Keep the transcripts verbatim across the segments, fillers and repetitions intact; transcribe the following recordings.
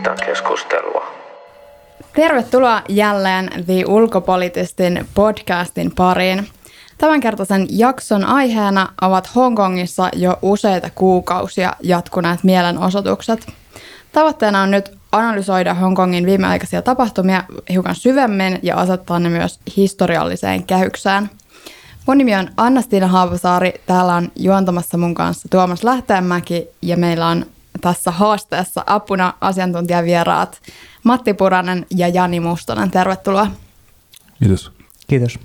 keskustelua. Tervetuloa jälleen The Ulkopolitistin podcastin pariin. Tämänkertaisen jakson aiheena ovat Hongkongissa jo useita kuukausia jatkuneet mielenosoitukset. Tavoitteena on nyt analysoida Hongkongin viimeaikaisia tapahtumia hiukan syvemmin ja asettaa ne myös historialliseen kehykseen. Mun nimi on Anna-Stiina Haapasaari, täällä on juontamassa mun kanssa Tuomas Lähteenmäki ja meillä on tässä haasteessa apuna asiantuntijavieraat Matti Puranen ja Jani Mustonen. Tervetuloa. Kiitos. Kiitos.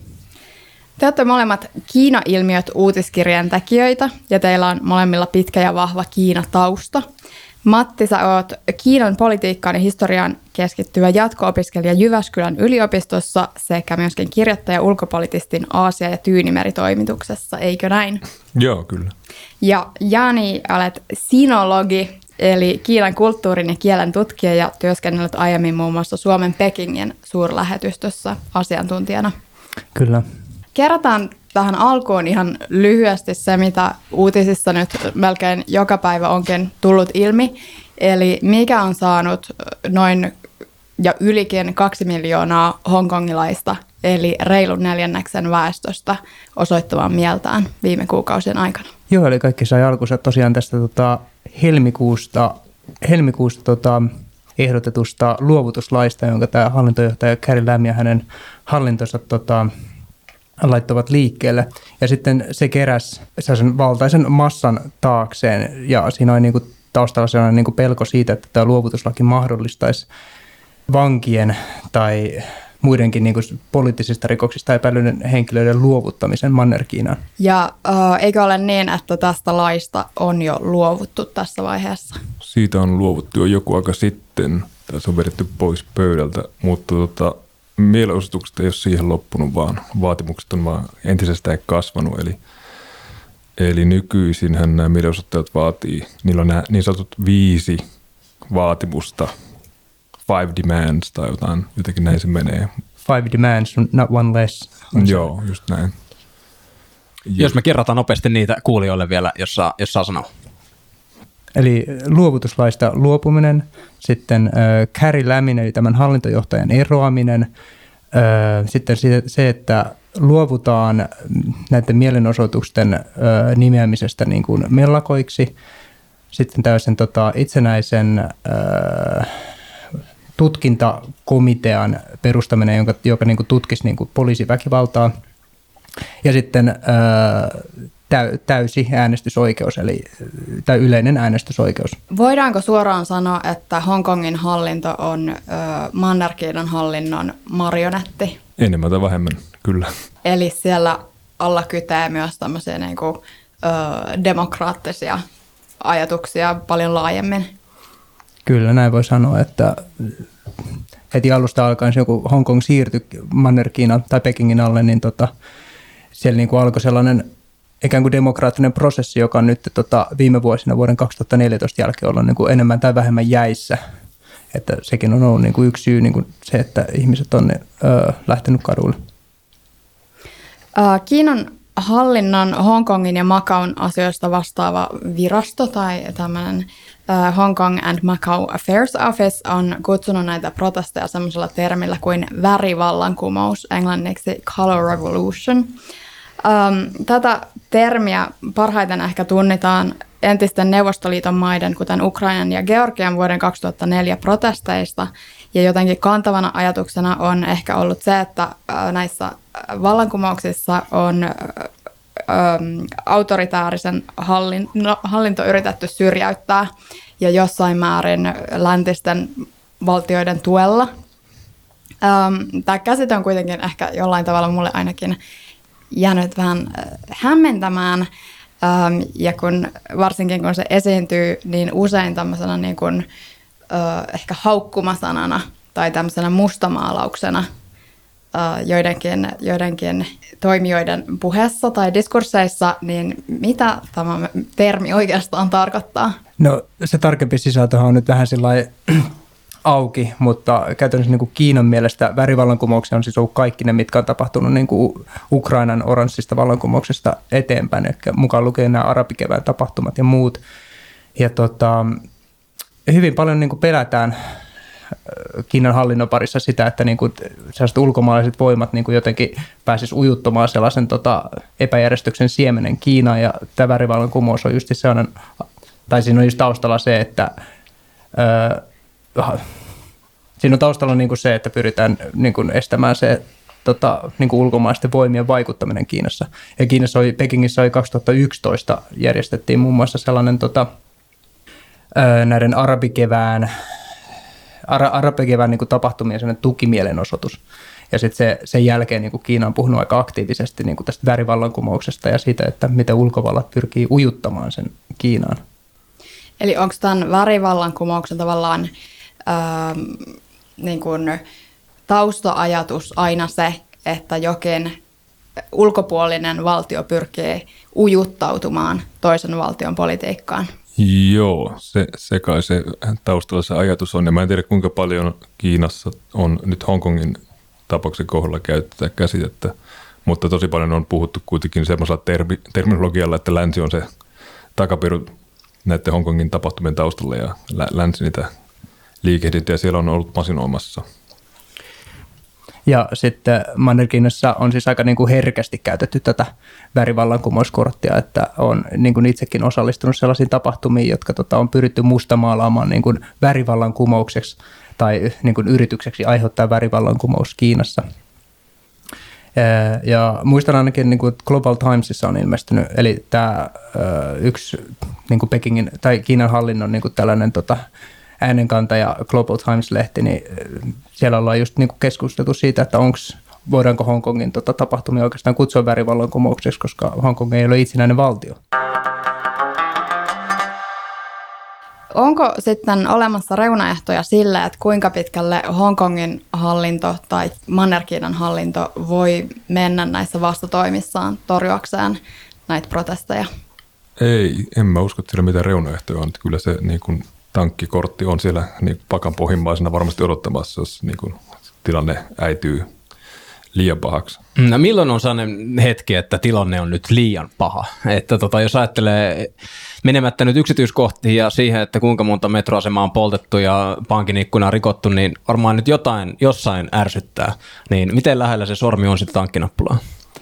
Te olette molemmat Kiina-ilmiöt uutiskirjan tekijöitä ja teillä on molemmilla pitkä ja vahva Kiina-tausta. Matti, sä oot Kiinan politiikkaan ja historiaan keskittyvä jatko-opiskelija Jyväskylän yliopistossa sekä myöskin kirjoittaja Ulkopolitistin Aasia- ja Tyynimeri-toimituksessa, eikö näin? Joo, kyllä. Ja Jani, olet sinologi, eli Kiinan kulttuurin ja kielen tutkija ja työskennellyt aiemmin muun muassa Suomen Pekingin suurlähetystössä asiantuntijana. Kyllä. Kerrotaan tähän alkuun ihan lyhyesti se, mitä uutisissa nyt melkein joka päivä onkin tullut ilmi. Eli mikä on saanut noin ja ylikin kaksi miljoonaa hongkongilaista, eli reilun neljänneksen väestöstä osoittamaan mieltään viime kuukausien aikana. Joo, eli kaikki sai alkunsa tosiaan tästä tota, helmikuusta, helmikuusta tota, ehdotetusta luovutuslaista, jonka tämä hallintojohtaja Carrie Lam ja hänen hallintonsa tota, laittoivat liikkeelle. Ja sitten se keräsi sellaisen valtaisen massan taakseen ja siinä oli niin kuin taustalla sellainen niin kuin pelko siitä, että tämä luovutuslaki mahdollistaisi vankien tai muidenkin niin kuin poliittisista rikoksista epäilyiden henkilöiden luovuttamisen Manner-Kiinaan. Ja äh, eikö ole niin, että tästä laista on jo luovuttu tässä vaiheessa? Siitä on luovuttu jo joku aika sitten. Tässä on vedetty pois pöydältä, mutta tota, mielenosoitukset ei ole siihen loppunut, vaan vaatimukset on vaan entisestään kasvanut. Eli, eli nykyisinhän nämä mielenosoittajat vaatii, niillä on nämä niin sanotut viisi vaatimusta, five demands tai jotain, jotenkin näin se menee. Five demands, not one less. Joo, just näin. Jos me kerrotaan nopeasti niitä kuulijoille vielä, jos saa, jos saa sanoa. Eli luovutuslaista luopuminen, sitten äh, Carrie Lamin, eli tämän hallintojohtajan eroaminen, äh, sitten se, että luovutaan näiden mielenosoitusten äh, nimeämisestä niin kuin mellakoiksi, sitten täysin tota, itsenäisen äh, tutkintakomitean perustaminen, jonka, joka niin kuin tutkisi niin kuin poliisiväkivaltaa, ja sitten äh, täysi äänestysoikeus, eli tai yleinen äänestysoikeus. Voidaanko suoraan sanoa, että Hongkongin hallinto on ö, Manner-Kiinan hallinnon marionetti? Enemmän tai vähemmän, kyllä. Eli siellä alla kytee myös tämmöisiä niin kuin, ö, demokraattisia ajatuksia paljon laajemmin. Kyllä, näin voi sanoa, että heti alusta alkaen, kun Hongkong siirtyi Manner-Kiinan tai Pekingin alle, niin tota, siellä niin kuin alkoi sellainen ikään kuin demokraattinen prosessi, joka on nyt tota, viime vuosina vuoden kaksituhattaneljätoista jälkeen ollut niin kuin enemmän tai vähemmän jäissä. Että sekin on ollut niin kuin yksi syy niin kuin se, että ihmiset on ö, lähtenyt kadulle. Kiinan hallinnon Hongkongin ja Macaun asioista vastaava virasto tai tämmöinen Hong Kong and Macau Affairs Office on kutsunut näitä protesteja semmoisella termillä kuin värivallankumous, englanniksi Color Revolution. Um, tätä termiä parhaiten ehkä tunnitaan entisten Neuvostoliiton maiden, kuten Ukrainan ja Georgian vuoden kaksituhattaneljä protesteista. Ja jotenkin kantavana ajatuksena on ehkä ollut se, että näissä vallankumouksissa on um, autoritäärisen hallinto, hallinto yritetty syrjäyttää ja jossain määrin läntisten valtioiden tuella. Um, tämä käsite on kuitenkin ehkä jollain tavalla mulle ainakin jäänyt vähän hämmentämään, ja kun, varsinkin kun se esiintyy niin usein tämmöisenä niin kuin, ehkä haukkumasanana tai tämmöisenä mustamaalauksena joidenkin, joidenkin toimijoiden puheessa tai diskursseissa, niin mitä tämä termi oikeastaan tarkoittaa? No se tarkempi sisältöhän on nyt vähän sellainen auki, mutta käytännössä niin kuin Kiinan mielestä värivallankumouksia on siis ollut kaikki ne, mitkä on tapahtunut niin kuin Ukrainan oranssista vallankumouksesta eteenpäin, eli mukaan lukien nämä arabikevään tapahtumat ja muut. Ja tota, hyvin paljon niin kuin pelätään Kiinan hallinnon parissa sitä, että niin kuin sellaiset ulkomaalaiset voimat niin kuin jotenkin pääsisi ujuttamaan sellaisen tota, epäjärjestyksen siemenen Kiinaan, ja tämä värivallankumous on just sellainen, tai siinä on just taustalla se, että öö, siinä on taustalla niin kuin se, että pyritään niin kuin estämään se tota, niin kuin ulkomaisten voimien vaikuttaminen Kiinassa. Ja Kiinassa oli, Pekingissä oli kaksituhattayksitoista järjestettiin muun muassa sellainen tota, öö, näiden arabikevään, ara, arabikevään niin kuin tapahtumien sellainen tukimielenosoitus. Ja sitten se, sen jälkeen niin kuin Kiina on puhunut aika aktiivisesti niin kuin tästä värivallankumouksesta ja siitä, että miten ulkovallat pyrkii ujuttamaan sen Kiinaan. Eli onko tämän värivallankumouksen tavallaan ähm, niin kuin tausta-ajatus aina se, että jokin ulkopuolinen valtio pyrkii ujuttautumaan toisen valtion politiikkaan? Joo, se, se kai se taustalla se ajatus on. Ja mä en tiedä, kuinka paljon Kiinassa on nyt Hongkongin tapauksen kohdalla käytetään käsitettä, mutta tosi paljon on puhuttu kuitenkin semmoisella termi, terminologialla, että länsi on se takapiru näiden Hongkongin tapahtumien taustalla ja länsi niitä liikehdintöjä siellä on ollut masinoimassa. Ja sitten Manner-Kiinassa on siis aika niin kuin herkästi käytetty tätä värivallankumouskorttia, että on niin kuin itsekin osallistunut sellaisiin tapahtumiin, jotka tota, on pyritty mustamaalaamaan niin kuin värivallankumoukseksi tai niin kuin yritykseksi aiheuttaa värivallankumous Kiinassa. Ja muistan ainakin, niin kuin Global Timesissa on ilmestynyt, eli tämä yksi niin kuin Pekingin tai Kiinan hallinnon niin kuin tällainen tota, äänenkantaja Global Times-lehti, niin siellä ollaan just niin kuin keskusteltu siitä, että onks, voidaanko Hongkongin tota, tapahtumia oikeastaan kutsua värivallankumoukseksi, koska Hongkong ei ole itsenäinen valtio. Onko sitten olemassa reunaehtoja sille, että kuinka pitkälle Hongkongin hallinto tai Manner-Kiinan hallinto voi mennä näissä vastatoimissaan torjuakseen näitä protesteja? Ei, en mä usko, että siellä mitään reunaehtoja on. Kyllä se niin kuin tankkikortti on siellä niin pakan pohjimmaisena varmasti odottamassa, jos niin kuin tilanne äityy liian pahaksi. No milloin on sellainen hetki, että tilanne on nyt liian paha? Että tota, jos ajattelee menemättä nyt yksityiskohtiin ja siihen, että kuinka monta metroasemaa on poltettu ja pankin ikkuna on rikottu, niin varmaan nyt jotain jossain ärsyttää. Niin miten lähellä se sormi on sitten tankkinappulaa?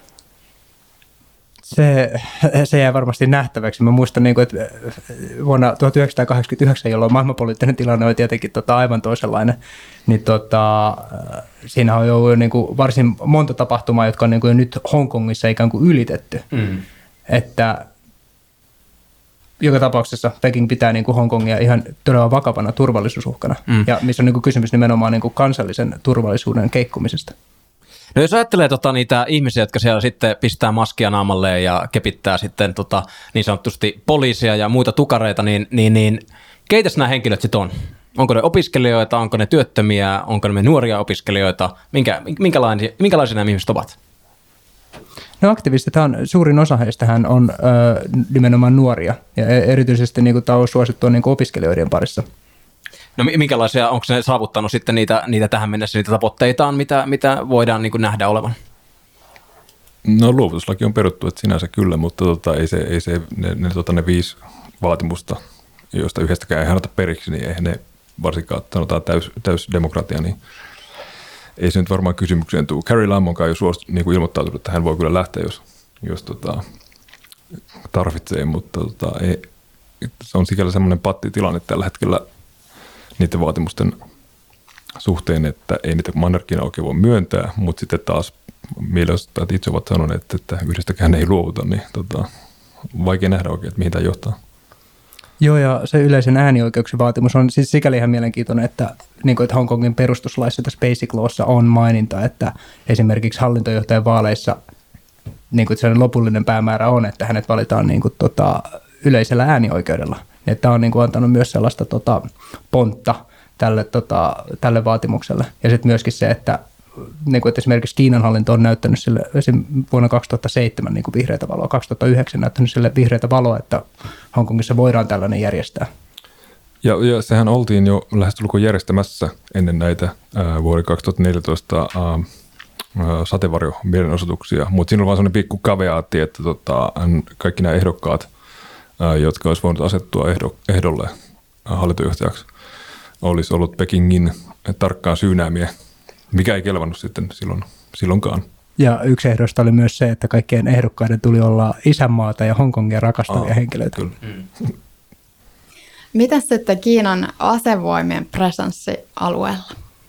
Se, se jää varmasti nähtäväksi. Mä muistan, niin kuin, että vuonna tuhatyhdeksänsataakahdeksankymmentäyhdeksän, jolloin maailmanpoliittinen tilanne oli tietenkin tota, aivan toisenlainen, niin tota, siinä on jo niin kuin, varsin monta tapahtumaa, jotka on niin kuin, nyt Hongkongissa ikään kuin ylitetty. Mm. Että joka tapauksessa Peking pitää niin kuin Hongkongia ihan todella vakavana turvallisuusuhkana, mm. ja missä on niin kuin, kysymys nimenomaan niin kuin kansallisen turvallisuuden keikkumisesta. No jos ajattelee tota, niitä ihmisiä, jotka siellä sitten pistää maskia naamalleen ja kepittää sitten tota, niin sanotusti poliisia ja muita tukareita, niin, niin, niin keitäs nämä henkilöt sitten on? Onko ne opiskelijoita, onko ne työttömiä, onko ne nuoria opiskelijoita? Minkä, minkälaisia, minkälaisia nämä ihmiset ovat? No aktivistit, suurin osa heistähän on ö, nimenomaan nuoria ja erityisesti niin kuin, tämä on suosittua niin kuin opiskelijoiden parissa. No minkälaisia, onko ne saavuttanut sitten niitä, niitä tähän mennessä niitä tavoitteitaan, mitä, mitä voidaan niin kuin nähdä olevan? No luovutuslaki on peruttu, että sinänsä kyllä, mutta tota, ei se, ei se, ne, ne, tota, ne viisi vaatimusta, joista yhdestäkään ei anneta periksi, niin eihän ne varsinkaan sanotaan täys, täysdemokratia, niin ei se nyt varmaan kysymykseen tule. Carrie Lam on kai jo suost, niin kuin ilmoittautunut, että hän voi kyllä lähteä, jos, jos tota, tarvitsee, mutta tota, ei, se on sikäli semmoinen pattitilanne tällä hetkellä niiden vaatimusten suhteen, että ei niitä Manner-Kiina oikein voi myöntää, mutta sitten taas mielestäni itse ovat sanoneet, että yhdestäkään ei luovuta, niin tota, vaikea nähdä oikein, että mihin tämä johtaa. Joo, ja se yleisen äänioikeuksien vaatimus on siis sikäli ihan mielenkiintoinen, että, niin kuin, että Hongkongin perustuslaissa tässä Basic Lawssa on maininta, että esimerkiksi hallintojohtajan vaaleissa niin kuin sellainen lopullinen päämäärä on, että hänet valitaan niin kuin, tota, yleisellä äänioikeudella. Tämä on niin kuin antanut myös sellaista tota, pontta tälle, tota, tälle vaatimukselle. Ja sitten myöskin se, että, niin kuin, että esimerkiksi Kiinan hallinto on näyttänyt sille vuonna kaksituhattaseitsemän niin kuin vihreätä valoa, kaksituhattayhdeksän näyttänyt sille vihreätä valoa, että Hongkongissa voidaan tällainen järjestää. Ja, ja sehän oltiin jo lähestulkoon järjestämässä ennen näitä ää, vuoden kaksituhattaneljätoista ää, sateenvarjo-mielenosoituksia, mutta siinä on vaan sellainen pikku kaveaatti, että tota, kaikki nämä ehdokkaat, jotka olisi voinut asettua ehdolle hallintojohtajaksi, olisi ollut Pekingin tarkkaan syynäämiä, mikä ei kelvannut sitten silloin, silloinkaan. Ja yksi ehdosta oli myös se, että kaikkien ehdokkaiden tuli olla isänmaata ja Hongkongia rakastavia Aa, henkilöitä. Kyllä. Mm. Miten sitten Kiinan asevoimien presenssi alueella?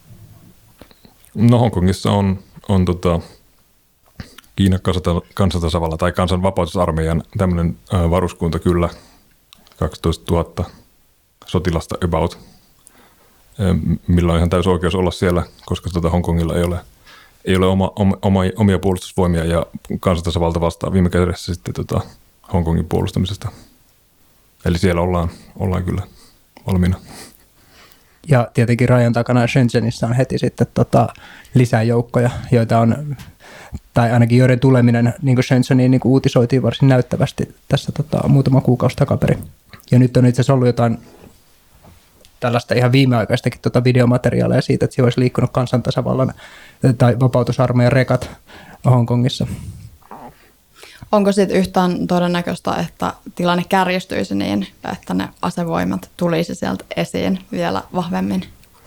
No Hongkongissa on, on tota, Kiinan kansantasavalla tai kansanvapautusarmeijan tämmöinen varuskunta kyllä, kaksitoistatuhatta sotilasta about, millä on ihan täysi oikeus olla siellä, koska tota Hongkongilla ei ole, ei ole oma, oma, omia puolustusvoimia ja kansantasavalta vastaa viime kädessä sitten tota Hongkongin puolustamisesta. Eli siellä ollaan, ollaan kyllä valmiina. Ja tietenkin rajan takana Shenzhenissä on heti sitten tota lisää joukkoja, joita on, tai ainakin joiden tuleminen niin kuin Shenzheniin niin kuin uutisoitiin varsin näyttävästi tässä tota, muutama kuukausi takaperin. Ja nyt on itse asiassa ollut jotain tällaista ihan viimeaikaistakin tota videomateriaalia siitä, että siellä olisi liikkunut kansantasavallan tai vapautusarmeijan rekat Hongkongissa. Onko sitten yhtään todennäköistä, että tilanne kärjistyisi niin, että ne asevoimat tulisi sieltä esiin vielä vahvemmin?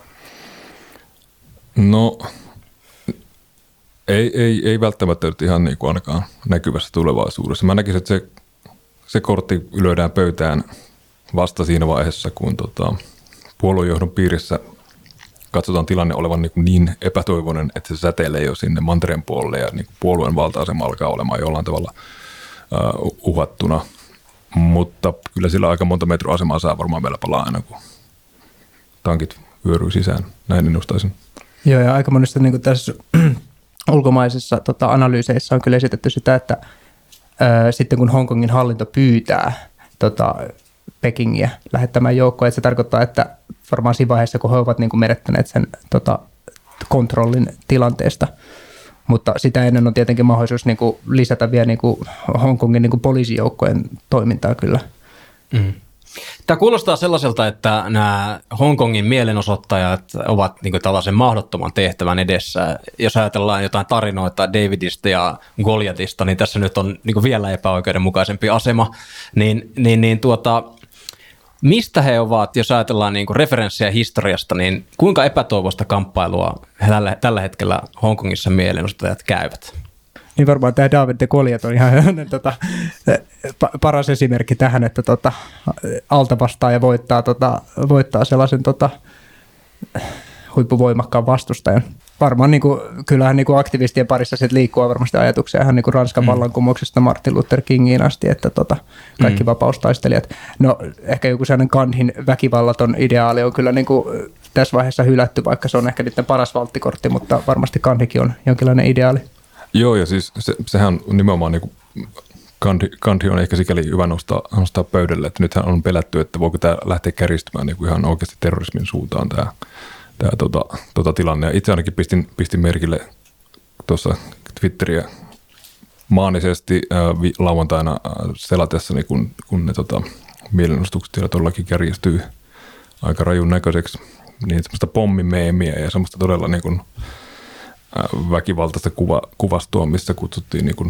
No ei, ei, ei välttämättä nyt ihan niin kuin ainakaan näkyvässä tulevaisuudessa. Mä näkisin, että se, se kortti lyödään pöytään vasta siinä vaiheessa, kun tota, puoluejohdon piirissä katsotaan tilanne olevan niin, niin epätoivoinen, että se säteilee jo sinne mantereen puolelle ja niin puolueen valta-asema alkaa olemaan jollain tavalla uh, uhattuna. Mutta kyllä sillä aika monta metroasemaa saa varmaan meillä palaa aina, kun tankit vyöryy sisään. Näin ennustaisin. Joo, ja aika monista niin tässä ulkomaisissa tota, analyyseissä on kyllä esitetty sitä, että ää, sitten kun Hongkongin hallinto pyytää tota, Pekingiä lähettämään joukkoa, että se tarkoittaa, että varmaan siinä vaiheessa, kun he ovat niin kuin menettäneet sen tota, kontrollin tilanteesta, mutta sitä ennen on tietenkin mahdollisuus niin kuin lisätä vielä niin kuin Hongkongin niin kuin poliisijoukkojen toimintaa kyllä. Mm. Tämä kuulostaa sellaiselta, että nämä Hongkongin mielenosoittajat ovat niin kuin tällaisen mahdottoman tehtävän edessä. Jos ajatellaan jotain tarinoita Davidista ja Goliatista, niin tässä nyt on niin kuin vielä epäoikeudenmukaisempi asema. Niin, niin, niin tuota, mistä he ovat, jos ajatellaan niin kuin referenssiä historiasta, niin kuinka epätoivoista kamppailua tällä, tällä hetkellä Hongkongissa mielenosoittajat käyvät? Niin varmaan tämä David de Goliat on ihan tota, paras esimerkki tähän, että tota, alta vastaa ja voittaa, tota, voittaa sellaisen tota, huippuvoimakkaan vastustajan. Varmaan niin kuin, kyllähän niin kuin aktivistien parissa sit liikkuu varmasti ajatuksia ihan niin kuin Ranskan mm. vallankumouksesta Martin Luther Kingiin asti, että tota, kaikki mm. vapaustaistelijat. No ehkä joku sellainen Gandhin väkivallaton ideaali on kyllä niin kuin tässä vaiheessa hylätty, vaikka se on ehkä niiden paras valttikortti, mutta varmasti Gandhikin on jonkinlainen ideaali. Joo, ja siis se, sehän on nimenomaan niin kuin Gandhi, Gandhi on ehkä sikäli hyvä nostaa, nostaa pöydälle, että nythän on pelätty, että voiko tämä lähteä kärjistymään niin kuin ihan oikeasti terrorismin suuntaan tämä, tämä tota, tota tilanne. Ja itse ainakin pistin, pistin merkille tuossa Twitteriä maanisesti äh, vi, lauantaina äh, selatessani, kun, kun ne tota, mielenostukset siellä todellakin kärjistyy aika rajun näköiseksi. Niin semmoista pommimeemiä ja semmoista todella niin kuin väkivaltaista kuva, kuvastoa, missä kutsuttiin niin kuin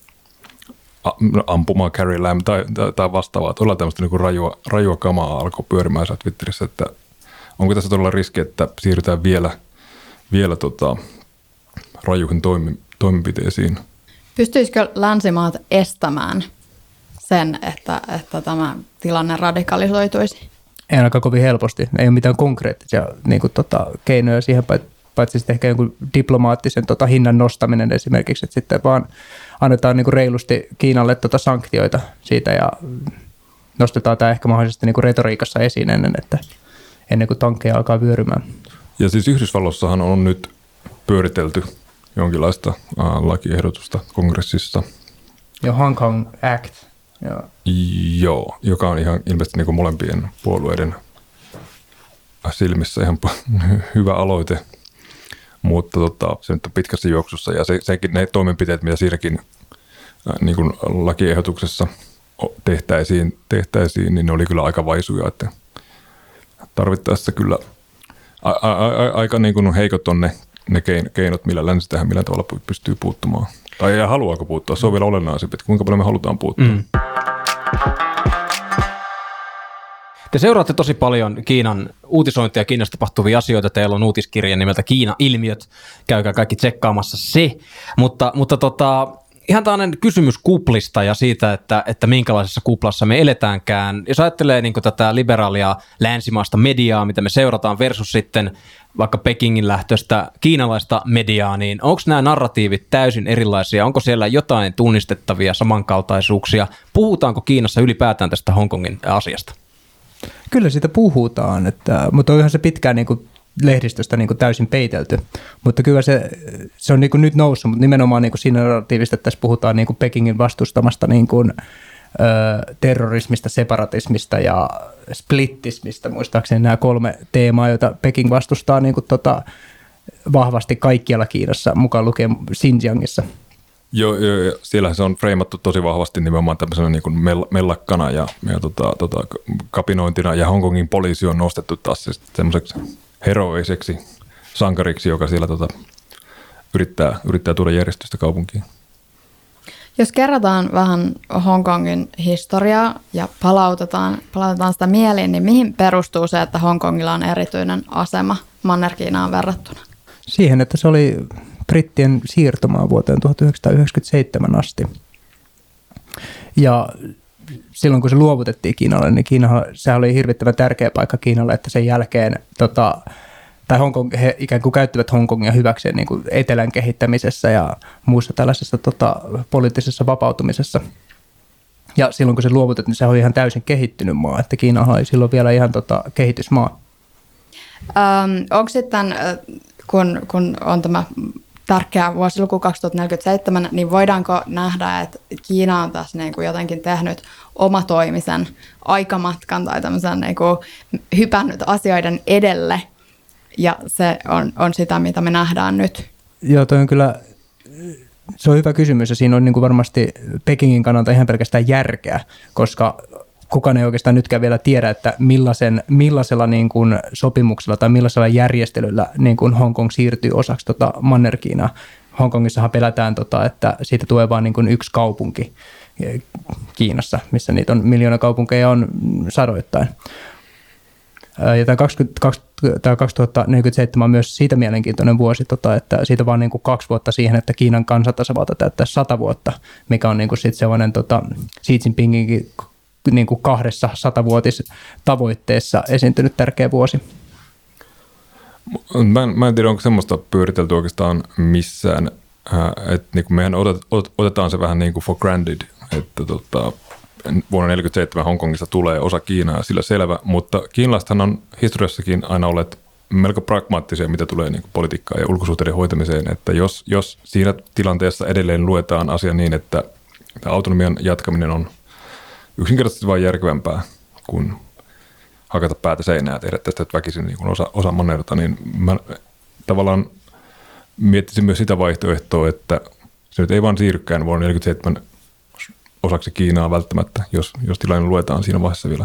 ampumaan Carrie Lam tai, tai, tai vastaavaa. Todella tämmöistä niin kuin rajua, rajua kamaa alkoi pyörimään Twitterissä, että onko tässä todella riski, että siirrytään vielä, vielä tota, rajuihin toimi, toimenpiteisiin. Pystyisikö länsimaat estämään sen, että, että tämä tilanne radikalisoituisi? Ei ainakaan kovin helposti. Ei ole mitään konkreettisia niin kuin, tota, keinoja siihen, paitsi sitten ehkä jonkun diplomaattisen tota, hinnan nostaminen esimerkiksi, että sitten vaan annetaan niin kuin reilusti Kiinalle tota, sanktioita siitä ja nostetaan tämä ehkä mahdollisesti niin kuin retoriikassa esiin ennen, että ennen kuin tankkeja alkaa vyörymään. Ja siis Yhdysvallossahan on nyt pyöritelty jonkinlaista äh, lakiehdotusta kongressissa. Jo Hong Kong Act. Joo, Joo joka on ihan ilmeisesti niin kuin molempien puolueiden silmissä ihan hyvä aloite. Mutta tota, se nyt on pitkässä juoksussa ja se, sekin, ne toimenpiteet, mitä siinäkin äh, niin kuin lakiehdotuksessa tehtäisiin, tehtäisiin, niin ne oli kyllä aika vaisuja, että tarvittaessa kyllä a, a, a, aika niin kuin heikot on ne, ne keinot, millä länsi tähän millä tavalla pystyy puuttumaan. Tai ja haluaako puuttua, se on vielä olennaisempi, että kuinka paljon me halutaan puuttua. Mm. Te seuraatte tosi paljon Kiinan uutisointia, Kiinassa tapahtuvia asioita. Teillä on uutiskirja nimeltä Kiina-ilmiöt. Käykää kaikki tsekkaamassa se. Mutta, mutta tota, ihan tällainen kysymys kuplista ja siitä, että, että minkälaisessa kuplassa me eletäänkään. Jos ajattelee niin kuin tätä liberaalia länsimaista mediaa, mitä me seurataan versus sitten vaikka Pekingin lähtöistä kiinalaista mediaa, niin onko nämä narratiivit täysin erilaisia? Onko siellä jotain tunnistettavia samankaltaisuuksia? Puhutaanko Kiinassa ylipäätään tästä Hongkongin asiasta? Kyllä siitä puhutaan, että, mutta onhan se pitkään niin kuin lehdistöstä niin kuin täysin peitelty, mutta kyllä se, se on niin kuin nyt noussut, mutta nimenomaan niin kuin siinä narratiivista, että tässä puhutaan niin kuin Pekingin vastustamasta niin kuin, ö, terrorismista, separatismista ja splittismistä, muistaakseni nämä kolme teemaa, joita Peking vastustaa niin kuin tota, vahvasti kaikkialla Kiinassa, mukaan lukien Xinjiangissa. Joo, joo, joo, siellähän se on freimattu tosi vahvasti nimenomaan tämmöisenä niin kuin mellakkana ja, ja tota, tota, kapinointina, ja Hongkongin poliisi on nostettu taas semmoiseksi heroiseksi sankariksi, joka siellä tota, yrittää, yrittää tuoda järjestystä kaupunkiin. Jos kerrotaan vähän Hongkongin historiaa ja palautetaan, palautetaan sitä mieliin, niin mihin perustuu se, että Hongkongilla on erityinen asema Manner-Kiinaan verrattuna? Siihen, että se oli brittien siirtomaa vuoteen tuhatyhdeksänsataayhdeksänkymmentäseitsemän asti. Ja silloin kun se luovutettiin Kiinalle, niin Kiina, se oli hirvittävän tärkeä paikka Kiinalle, että sen jälkeen, tota, tai Hongkong, he ikään kuin käyttivät Hongkongia hyväkseen niin kuin etelän kehittämisessä ja muussa tällaisessa tota, poliittisessa vapautumisessa. Ja silloin kun se luovutettiin, niin se oli ihan täysin kehittynyt maa, että Kiina oli silloin vielä ihan tota, kehitysmaa. Ähm, onko sitten, kun, kun on tämä tärkeä vuosiluku kaksituhattaneljäkymmentäseitsemän, niin voidaanko nähdä, että Kiina on tässä niin kuin jotenkin tehnyt omatoimisen aikamatkan tai tämmöisen niin kuin hypännyt asioiden edelle, ja se on, on sitä, mitä me nähdään nyt? Joo, toi on kyllä, se on hyvä kysymys, ja siinä on niin kuin varmasti Pekingin kannalta ihan pelkästään järkeä, koska kukaan ei oikeastaan nytkään vielä tiedä, että millaisen, millaisella niin kuin sopimuksella tai millaisella järjestelyllä niin kuin Hongkong siirtyy osaksi tota Manner-Kiinaa. Hongkongissahan pelätään, tota, että siitä tulee vain niin kuin yksi kaupunki Kiinassa, missä niitä on miljoona kaupunkeja on sadoittain. Ja tämä kaksituhattaneljäkymmentäseitsemän on myös siitä mielenkiintoinen vuosi, tota, että siitä vaan niin kuin kaksi vuotta siihen, että Kiinan kansantasavalta täyttää sata vuotta, mikä on niin kuin sit sellainen tota, Xi Jinpinginkin niin kuin kahdessa satavuotistavoitteessa esiintynyt tärkeä vuosi. Mä en, mä en tiedä, onko semmoista pyöritelty oikeastaan missään, että niin kuin mehän otet, otetaan se vähän niin kuin for granted, että tota, vuonna tuhatyhdeksänsataaneljäkymmentäseitsemän Hongkongista tulee osa Kiinaa, sillä selvä, mutta kiinalaisethan on historiassakin aina olleet melko pragmaattisia, mitä tulee niin kuin politiikkaan ja ulkosuhteiden hoitamiseen, että jos, jos siinä tilanteessa edelleen luetaan asia niin, että autonomian jatkaminen on yksinkertaisesti vain järkevämpää kuin hakata päätä seinää ja tehdä tästä väkisin niin kuin osa, osa mannerta, niin mä tavallaan miettisin myös sitä vaihtoehtoa, että se nyt ei vaan siirrykään vuonna tuhatyhdeksänsataaneljäkymmentäseitsemän osaksi Kiinaa välttämättä, jos, jos tilanne luetaan siinä vaiheessa vielä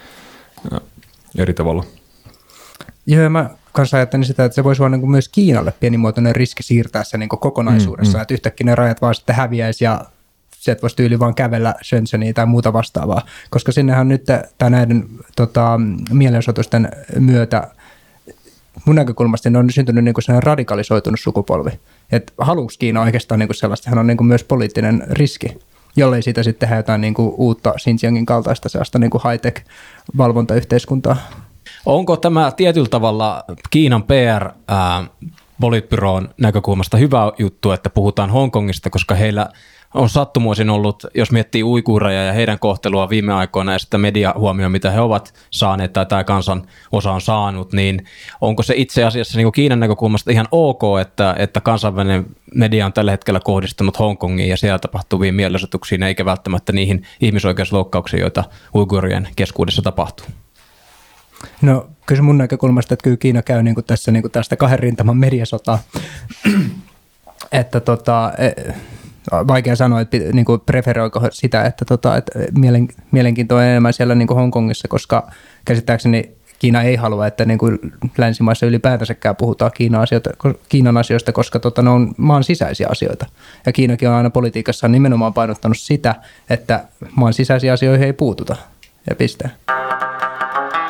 eri tavalla. Joo, mä kanssa ajattelin sitä, että se voisi olla niin kuin myös Kiinalle pienimuotoinen riski siirtää se niin kuin kokonaisuudessaan, mm, mm. että yhtäkkiä ne rajat vaan sitten häviäisi ja sieltä voisi tyyli vaan kävellä Shenzheniin tai muuta vastaavaa, koska sinnehän nyt tai näiden tota, mielenosoitusten myötä mun näkökulmasta on syntynyt niin kuin sellainen radikalisoitunut sukupolvi. Että haluuks Kiina oikeastaan niin kuin sellaista, hän on niin kuin myös poliittinen riski, jollei siitä sitten tehdä jotain niin kuin uutta Xinjiangin kaltaista sellaista niin kuin high-tech-valvontayhteiskuntaa. Onko tämä tietyllä tavalla Kiinan P R-politbyroon näkökulmasta hyvä juttu, että puhutaan Hongkongista, koska heillä on sattumoisin ollut, jos miettii uiguureja ja heidän kohtelua viime aikoina ja sitä mediahuomioon, mitä he ovat saaneet tai tämä kansan osa on saanut, niin onko se itse asiassa niin kuin Kiinan näkökulmasta ihan ok, että, että kansainvälinen media on tällä hetkellä kohdistunut Hongkongiin ja siellä tapahtuviin mielenosoituksiin, eikä välttämättä niihin ihmisoikeusloukkauksiin, joita uiguurien keskuudessa tapahtuu? No kyllä se mun näkökulmasta, että kyllä Kiina käy niin kuin tässä niin kuin tästä kahden rintaman mediasotaa, että tota... Vaikea sanoa, että niin kuin preferoiko sitä, että, tota, että mielen, mielenkiintoa on enemmän siellä niin kuin Hongkongissa, koska käsittääkseni Kiina ei halua, että niin kuin länsimaissa ylipäätänsäkään puhutaan Kiinan asioista, Kiinan asioista koska tota, ne on maan sisäisiä asioita. Ja Kiinakin on aina politiikassa nimenomaan painottanut sitä, että maan sisäisiä asioihin ei puututa. Ja piste.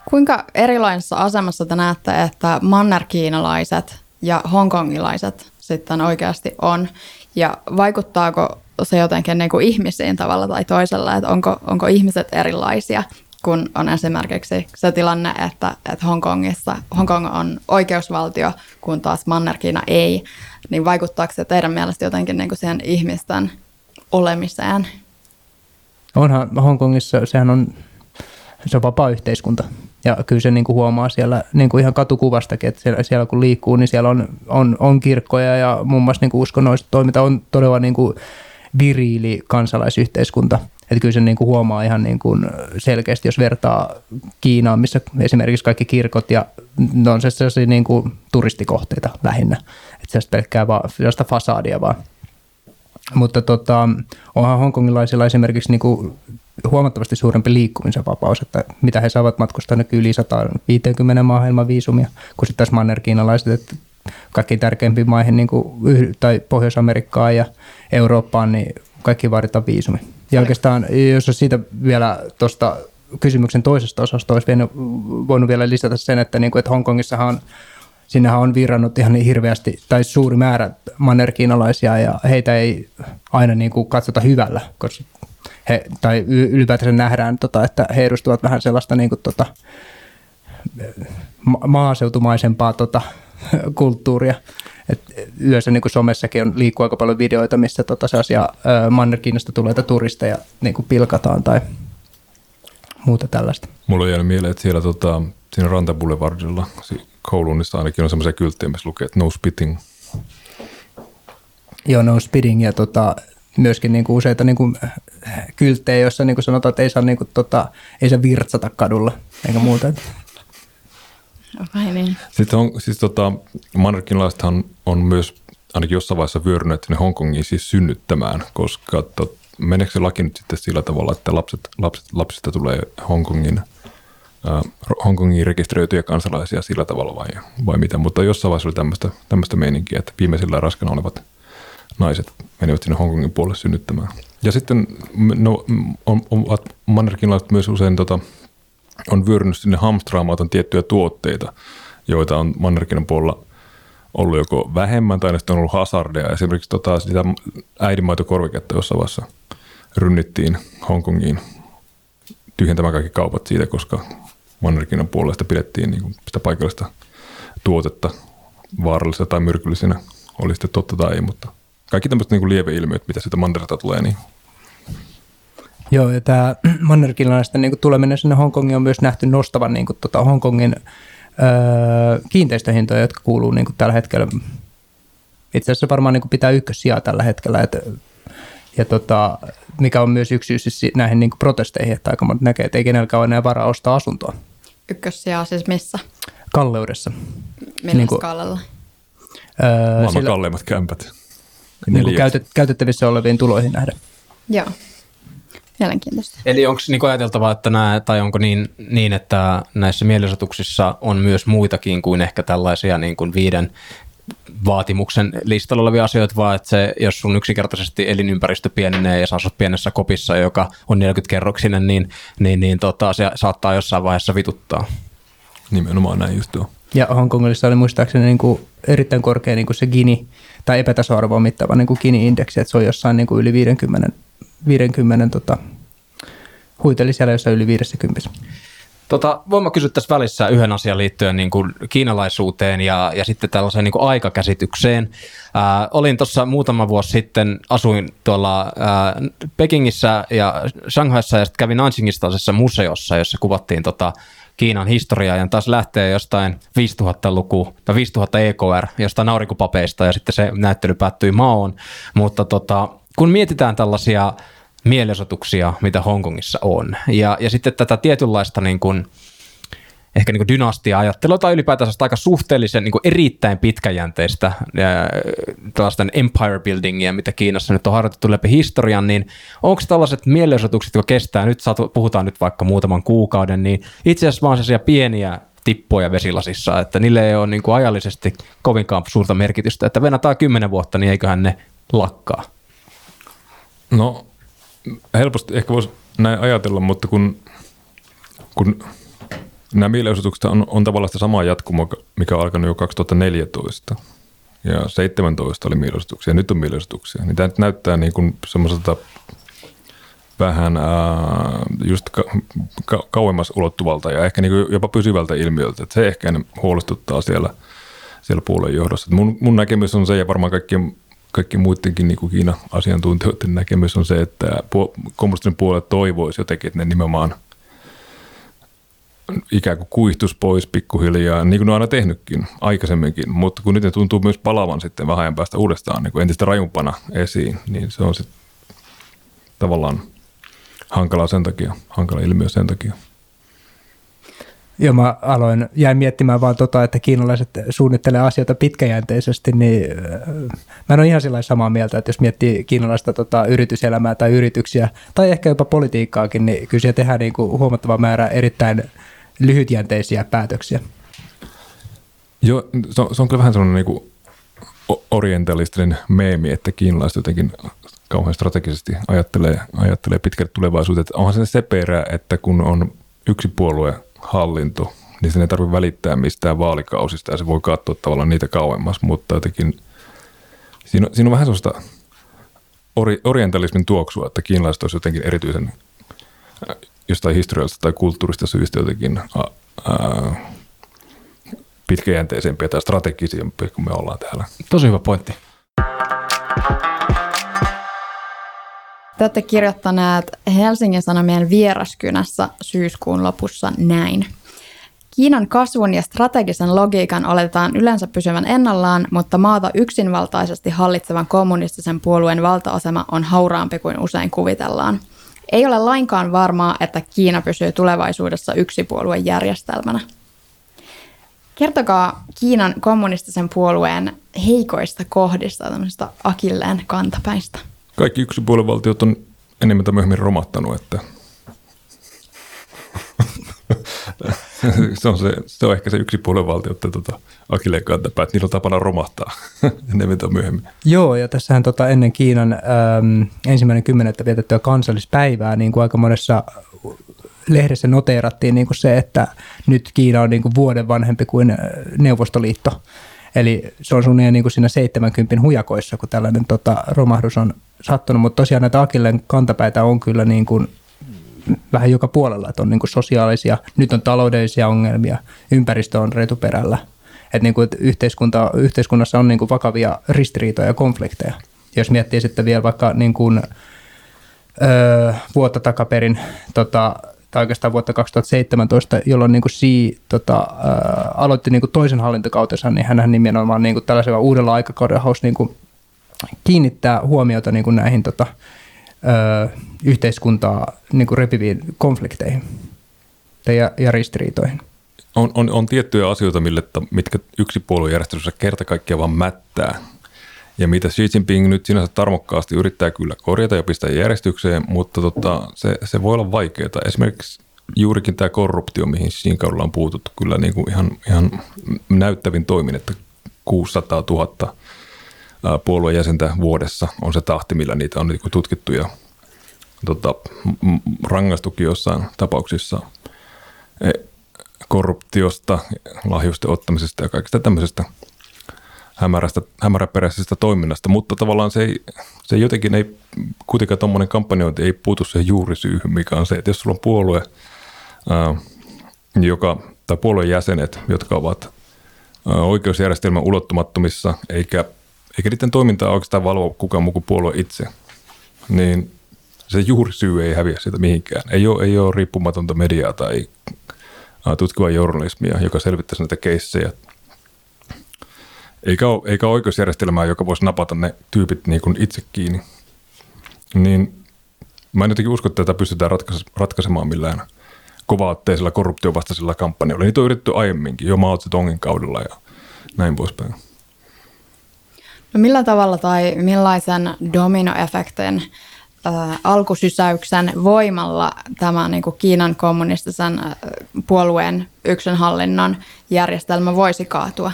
Kuinka erilaisessa asemassa te näette, että mannerkiinalaiset ja hongkongilaiset sitten oikeasti on? Ja vaikuttaako se jotenkin niin kuin ihmisiin tavalla tai toisella, että onko, onko ihmiset erilaisia, kun on esimerkiksi se tilanne, että, että Hongkongissa, Hongkong on oikeusvaltio, kun taas Manner-Kiina ei, niin vaikuttaako se teidän mielestä jotenkin niin kuin siihen ihmisten olemiseen? Onhan Hongkongissa, sehän on, se on vapaa yhteiskunta. Ja kyllä se niin kuin huomaa siellä niin kuin ihan katukuvastakin, että siellä, siellä kun liikkuu, niin siellä on, on, on kirkkoja ja muun muassa niin kuin uskonnollista toiminta on todella niin kuin viriili kansalaisyhteiskunta. Että kyllä se niin kuin huomaa ihan niin kuin selkeästi, jos vertaa Kiinaan, missä esimerkiksi kaikki kirkot ja ne on sellaisia niin kuin turistikohteita lähinnä. Että se on pelkkää vaan sellaista fasadia vaan. Mutta tota, onhan hongkongilaisilla esimerkiksi niin kuin huomattavasti suurempi liikkumisen vapaus, että mitä he saavat matkustaa yli sata viisikymmentä maahan ilman viisumia, kun sitten taas mannerkiinalaiset, että kaikkiin tärkeimpiin maihin, niin kuin, tai Pohjois-Amerikkaan ja Eurooppaan, niin kaikki vaaditaan viisumi. Ja oikeastaan, jos siitä vielä tuosta kysymyksen toisesta osasta olisi voinut vielä lisätä sen, että, niin kuin, että Hongkongissahan on, sinnehän on virrannut ihan niin hirveästi, tai suuri määrä mannerkiinalaisia, ja heitä ei aina niin kuin katsota hyvällä, koska he, tai ylipäätään nähdään, tota, että he edustavat vähän sellaista niin kuin, tota, ma- maaseutumaisempaa tota, kulttuuria. Et yleensä niin kuin somessakin on liikkuu aika paljon videoita, missä tota, sellaisia Manner-Kiinasta tuleita turisteja niin kuin pilkataan tai muuta tällaista. Mulla on jäänyt mieleen, että siellä tota, siinä Rantaboulevardilla Kowloonissa ainakin on semmoisia kylttejä, missä lukee, että no spitting. Joo, no spitting ja tota, myöskin niin kuin useita niin kuin kylttejä, joissa niin kuin sanotaan, että ei saa, niin kuin, tota, ei saa virtsata kadulla eikä muuta. Okay, niin. Sitten on, siis tota, mannerkiinalaisethan on, on myös ainakin jossain vaiheessa vyöryneet sinne Hongkongiin siis synnyttämään, koska tot, meneekö se laki nyt sitten sillä tavalla, että lapset, lapset, lapsista tulee Hongkongin, äh, Hongkongin rekisteröityjä kansalaisia sillä tavalla vai, vai mitä, mutta jossain vaiheessa oli tämmöistä, tämmöistä meininkiä, että viimeisillä raskana olevat naiset menivät sinne Hongkongin puolelle synnyttämään. Ja sitten no, on, on, mannerkiinalaiset myös usein tota, on vyörynyt sinne hamstraamaan tiettyjä tuotteita, joita on Manner-Kiinan puolella ollut joko vähemmän tai sitten on ollut hazardeja. Esimerkiksi tota, sitä äidinmaitokorviketta jossain vaiheessa rynnittiin Hongkongiin tyhjentämään kaikki kaupat siitä, koska Manner-Kiinan puolella sitä pidettiin niin kuin sitä paikallista tuotetta vaarallisena tai myrkyllisenä. Oli sitten totta tai ei, mutta kaikki tämmöiset niin kuin lieveilmiöt, mitä sitä Mannerta tulee, niin joo, ja tämä mannerkiinalaisten niin tuleminen sinne Hongkongiin on myös nähty nostavan niin kuin, tota, Hongkongin öö, kiinteistöhintoja, jotka kuuluu niin kuin, tällä hetkellä. Itse asiassa varmaan niin kuin, pitää ykkössijaa tällä hetkellä, et, ja tota, mikä on myös yksi syy siis näihin niin kuin, protesteihin, että aika monta näkee, että ei kenelläkään ole enää varaa ostaa asuntoa. Ykkössijaa siis missä? Kalleudessa. Millä niin kuin, skaalalla? Öö, maailman sillä, kalleimmat kämpät. Niin kuin, käytet, käytettävissä oleviin tuloihin nähdä. Joo. Mielenkiintoista. Eli onko niinku ajateltavaa, että nämä, tai onko niin, niin, että näissä mielenosoituksissa on myös muitakin kuin ehkä tällaisia niin kuin viiden vaatimuksen listalla olevia asioita, vaan että se, jos sun yksinkertaisesti elinympäristö pienenee ja sä asut pienessä kopissa, joka on neljäkymmentä-kerroksinen, niin, niin, niin tota, se saattaa jossain vaiheessa vituttaa. Nimenomaan näin just tuo. Ja Hongkongissa oli muistaakseni niin kuin erittäin korkea niin kuin se Gini, tai epätasa-arvoa mittaava niin kuin Gini-indeksi, että se on jossain niin kuin yli viisikymmentä, viisikymmentä tota, huiteli siellä jossain yli viisikymmentä. Tota, voin mä kysyä tässä välissä yhden asian liittyen niin kuin kiinalaisuuteen ja, ja sitten tällaiseen niin kuin aikakäsitykseen. Ää, olin tuossa muutama vuosi sitten, asuin tuolla ää, Pekingissä ja Shanghaissa ja sitten kävin Nanjingissa tällaisessa museossa, jossa kuvattiin tota Kiinan historiaa ja taas lähtee jostain viisituhatta-luku tai viisituhatta E K R, jostain aurinkopapeista ja sitten se näyttely päättyi Maoon, mutta tota, kun mietitään tällaisia mielenosoituksia, mitä Hongkongissa on. Ja, ja sitten tätä tietynlaista niin kuin, ehkä niin kuin dynastia-ajattelua tai ylipäätään aika suhteellisen niin kuin erittäin pitkäjänteistä ää, tällaista empire buildingia, mitä Kiinassa nyt on harjoitettu läpi historian, niin onko tällaiset mielenosoitukset, jotka kestää, nyt puhutaan nyt vaikka muutaman kuukauden, niin itse asiassa vaan sellaisia pieniä tippoja vesilasissa, että niille ei ole niin kuin ajallisesti kovinkaan suurta merkitystä, että venätään kymmenen vuotta, niin eiköhän ne lakkaa. No helposti ehkä voisi näin ajatella, mutta kun, kun Nämä mielenosoitukset on, on tavallaan sitä samaa jatkumoa, mikä on alkanut jo kaksituhattaneljätoista. Ja seitsemäntoista oli mielenosoituksia, ja nyt on mielenosoituksia. Niin tämä nyt näyttää niin kuin semmoiselta vähän ää, just ka- ka- kauemmas ulottuvalta ja ehkä niin kuin jopa pysyvältä ilmiöltä. Että se ehkä huolestuttaa siellä, siellä puolueen johdossa. Mun, mun näkemys on se, ja varmaan kaikkien, kaikkien muidenkin niin kuin Kiinan asiantuntijoiden näkemys on se, että pu- kommunistinen puolue toivoisi jotenkin, että ne nimenomaan ikään kuin kuihtus pois pikkuhiljaa, niin kuin ne on aina tehnytkin aikaisemminkin, mutta kun nyt ne tuntuu myös palavan sitten vähän ajan päästä uudestaan niin kuin entistä rajumpana esiin, niin se on sitten tavallaan hankalaa sen takia, hankala ilmiö sen takia. Joo, mä aloin, jäin miettimään vaan tota, että kiinalaiset suunnittelee asioita pitkäjänteisesti, niin mä en ole ihan sillä samaa mieltä, että jos miettii kiinalaista tota, yrityselämää tai yrityksiä, tai ehkä jopa politiikkaakin, niin kyllä siellä tehdään niin kuin huomattava määrä erittäin lyhytjänteisiä päätöksiä. Joo, se on, se on kyllä vähän sellainen niin kuin orientalistinen meemi, että kiinalaiset jotenkin kauhean strategisesti ajattelee, ajattelee pitkälle tulevaisuuteen. Että onhan se se perä, että kun on yksi puolue hallinto, niin sen ei tarvitse välittää mistään vaalikausista ja se voi katsoa tavallaan niitä kauemmas, mutta jotenkin siinä on, siinä on vähän sellaista ori, orientalismin tuoksua, että kiinalaiset olisi jotenkin erityisen jostain historiallisesta tai kulttuurista syystä jotenkin ää, ää, pitkäjänteisempiä tai strategisempia kuin me ollaan täällä. Tosi hyvä pointti. Te olette kirjoittaneet Helsingin Sanomien Vieraskynässä syyskuun lopussa näin. Kiinan kasvun ja strategisen logiikan oletetaan yleensä pysyvän ennallaan, mutta maata yksinvaltaisesti hallitsevan kommunistisen puolueen valta-asema on hauraampi kuin usein kuvitellaan. Ei ole lainkaan varmaa, että Kiina pysyy tulevaisuudessa yksipuolueen järjestelmänä. Kertokaa Kiinan kommunistisen puolueen heikoista kohdista, tämmöisistä akilleen kantapäistä. Kaikki yksipuolivaltiot on enemmän tai myöhemmin romahtanut, että se, on se, se on ehkä se yksipuolivaltioiden tota, akilleen kantapää, että niillä on tapana romahtaa enemmän tai myöhemmin. Joo, ja tässähän tota, ennen Kiinan äm, ensimmäinen kymmenettä vietettyä kansallispäivää, niin kuin aika monessa lehdessä noteerattiin niin kuin se, että nyt Kiina on niin kuin vuoden vanhempi kuin Neuvostoliitto. Eli se on suunnilleen niin kuin siinä seitsemänkymmentä hujakoissa, kun tällainen tota, romahdus on sattunut. Mutta tosiaan näitä akilleen kantapäitä on kyllä niin kuin vähän joka puolella, että on niin kuin sosiaalisia, nyt on taloudellisia ongelmia, ympäristö on retuperällä. Että niin kuin, että yhteiskunta, yhteiskunnassa on niin kuin vakavia ristiriitoja ja konflikteja. Jos miettii sitten vielä vaikka niin kuin, öö, vuotta takaperin, tota, tai oikeastaan vuotta kaksituhattaseitsemäntoista, jolloin niin kuin Xi tota, ää, aloitti niin kuin toisen hallintokautensa, niin hänhän nimenomaan niin kuin tällaisella uudella aikakaudella halusi niin kuin kiinnittää huomiota niin kuin näihin tota, ää, yhteiskuntaa niin kuin repiviin konflikteihin ja, ja ristiriitoihin. On, on, on tiettyjä asioita, mille, mitkä yksipuoluejärjestelmässä kerta kaikkiaan vaan mättää. Ja mitä Xi Jinping nyt sinänsä tarmokkaasti yrittää kyllä korjata ja pistää järjestykseen, mutta tota, se, se voi olla vaikeaa. Esimerkiksi juurikin tämä korruptio, mihin Xin kaudella on puututtu kyllä niin kuin ihan, ihan näyttävin toimin, että kuusisataatuhatta puolueen jäsentä vuodessa on se tahti, millä niitä on niin kuin tutkittu ja tota, rangaistukin jossain tapauksissa korruptiosta, lahjusten ottamisesta ja kaikista tämmöisestä hämärästä, hämäräperäisestä toiminnasta, mutta tavallaan se, ei, se jotenkin ei, kuitenkaan tuommoinen kampanjointi ei puutu siihen juurisyyhyn, mikä on se, että jos sulla on puolue, ää, joka, tai puolueen jäsenet, jotka ovat ää, oikeusjärjestelmän ulottumattomissa, eikä, eikä niiden toimintaa oikeastaan valvoa kukaan muu kuin puolue itse, niin se juurisyy ei häviä siitä mihinkään. Ei ole, ei ole riippumatonta mediaa tai ää, tutkivaa journalismia, joka selvittäisi näitä keissejä. Eikä ole, eikä ole oikeusjärjestelmää, joka voisi napata ne tyypit niin kuin itse kiinni. Niin mä en jotenkin usko, että tätä pystytään ratkaisemaan millään kova-otteisella korruptiovastaisella kampanjalla. Niitä on yritetty aiemminkin, jo Mao Zedongin kaudella ja näin poispäin. No millä tavalla tai millaisen dominoefektin äh, alkusysäyksen voimalla tämä niin kuin Kiinan kommunistisen äh, puolueen yksinhallinnon järjestelmä voisi kaatua?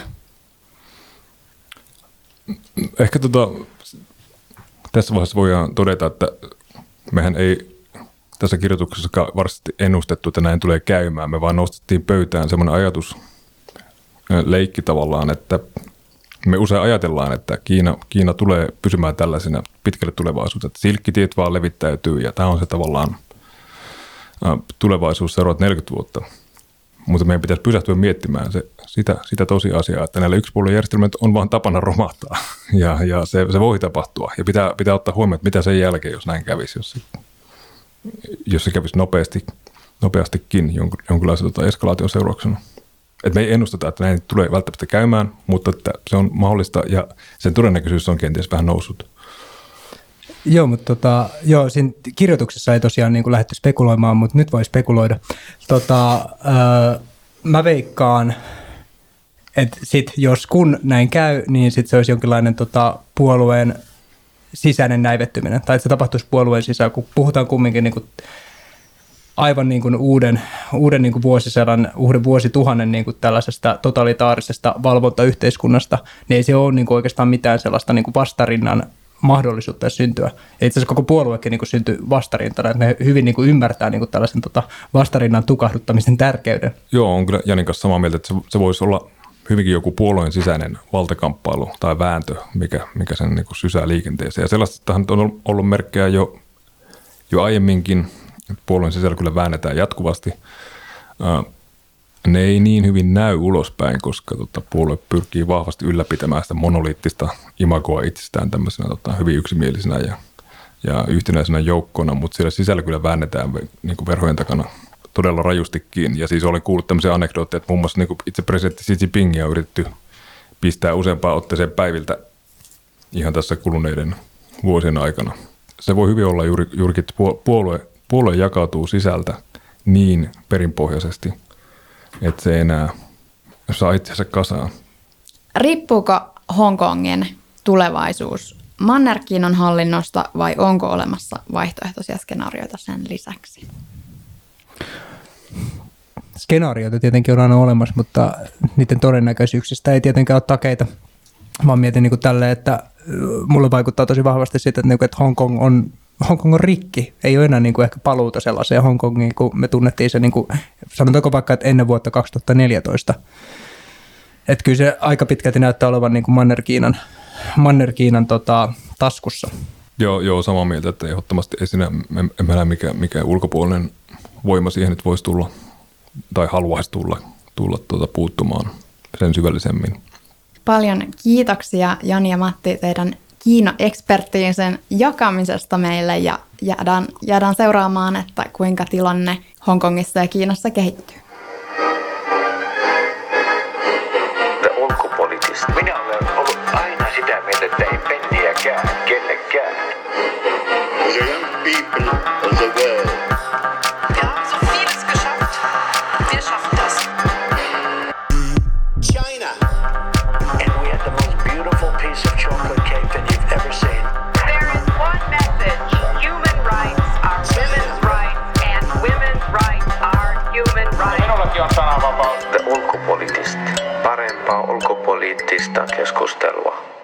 Ehkä tota, tässä vaiheessa voidaan todeta, että mehän ei tässä kirjoituksessa varsinaisesti ennustettu, että näin tulee käymään. Me vaan nostettiin pöytään semmoinen ajatus, leikki tavallaan, että me usein ajatellaan, että Kiina, Kiina tulee pysymään tällaisena pitkälle tulevaisuuteen, että silkkitiet vaan levittäytyy ja tämä on se tavallaan tulevaisuus seuraavat neljäkymmentä vuotta. Mutta meidän pitäisi pysähtyä miettimään se, sitä, sitä tosiasiaa, että näillä yksipuoluejärjestelmät on vaan tapana romahtaa ja, ja se, se voi tapahtua. Ja pitää, pitää ottaa huomioon, että mitä sen jälkeen, jos näin kävisi, jos se, jos se kävisi nopeasti, nopeastikin jonkun, jonkinlaisen tota, eskalaation seurauksena. Et me ei ennusteta, että näin tulee välttämättä käymään, mutta että se on mahdollista ja sen todennäköisyys on kenties vähän noussut. Joo, mutta tota, joo, siinä kirjoituksessa ei tosiaan niin kuin lähdetty spekuloimaan, mutta nyt voi spekuloida. Tota, öö, mä veikkaan, että sit jos kun näin käy, niin sit se olisi jonkinlainen tota, puolueen sisäinen näivettyminen. Tai että se tapahtuisi puolueen sisään, kun puhutaan kumminkin niin kuin aivan niin kuin uuden, uuden niin kuin vuosisadan, uuden vuosituhannen niin kuin tällaisesta totalitaarisesta valvontayhteiskunnasta, niin ei se ole niin kuin oikeastaan mitään sellaista niin kuin vastarinnan mahdollisuutta syntyä. Ja itse asiassa koko puoluekin niin kuin syntyi vastarintana, että ne hyvin niin kuin ymmärtää niin kuin tällaisen tota, vastarinnan tukahduttamisen tärkeyden. Joo, on kyllä Janin kanssa samaa mieltä, että se, se voisi olla hyvinkin joku puolueen sisäinen valtakamppailu tai vääntö, mikä, mikä sen niin kuin sysää liikenteeseen. Ja sellaistahan on ollut merkkejä jo, jo aiemminkin, että puolueen sisällä kyllä väännetään jatkuvasti. Ne ei niin hyvin näy ulospäin, koska tota, puolue pyrkii vahvasti ylläpitämään sitä monoliittista imagoa itsestään tämmöisenä tota, hyvin yksimielisenä ja, ja yhtenäisenä joukkona, mutta siellä sisällä kyllä väännetään niin kuin verhojen takana todella rajustikin. Ja siis olen kuullut tämmöisiä anekdootteja, että muun muassa niin kuin itse presidentti Xi Jinpingia on yritetty pistää useampaan otteeseen päiviltä ihan tässä kuluneiden vuosien aikana. Se voi hyvin olla juuri, juurikin, että puolue, puolue jakautuu sisältä niin perinpohjaisesti, että se enää saa itsensä kasaan. Riippuuko Hongkongin tulevaisuus Manner-Kiinan hallinnosta vai onko olemassa vaihtoehtoisia skenaarioita sen lisäksi? Skenaarioita tietenkin on aina olemassa, mutta niiden todennäköisyyksistä ei tietenkään ole takeita. Mä mietin niin kuin tälleen, että mulle vaikuttaa tosi vahvasti siitä, että, että Hongkong on Hongkong on rikki. Ei ole enää niin kuin ehkä paluuta sellaiseen Hongkongiin, kun me tunnettiin se, niin kuin, sanotaanko vaikka, että ennen vuotta kaksituhattaneljätoista. Että kyllä se aika pitkälti näyttää olevan niin kuin Manner-Kiinan, Manner-Kiinan tota, taskussa. Joo, joo, samaa mieltä, että ehdottomasti ei siinä emme näe mikä, mikä ulkopuolinen voima siihen nyt voisi tulla tai haluaisi tulla, tulla tuota, puuttumaan sen syvällisemmin. Paljon kiitoksia Jani ja Matti teidän Kiina-ekspertiisen jakamisesta meille ja jäädään, jäädään seuraamaan, että kuinka tilanne Hongkongissa ja Kiinassa kehittyy. Ulkopoliittista. Minä olen ollut aina sitä mieltä, että ei penniäkään kellekään. The young people of the world. Wir haben so vieles geschafft. Wir schaffen das. China. And we had the most beautiful piece of chocolate cake that you've ever seen. There is one message. Human rights are women's rights and women's rights are human rights. Minullakin on sananvapaus. Ulkopoliittista. Parempaa ulkopoliittista keskustelua.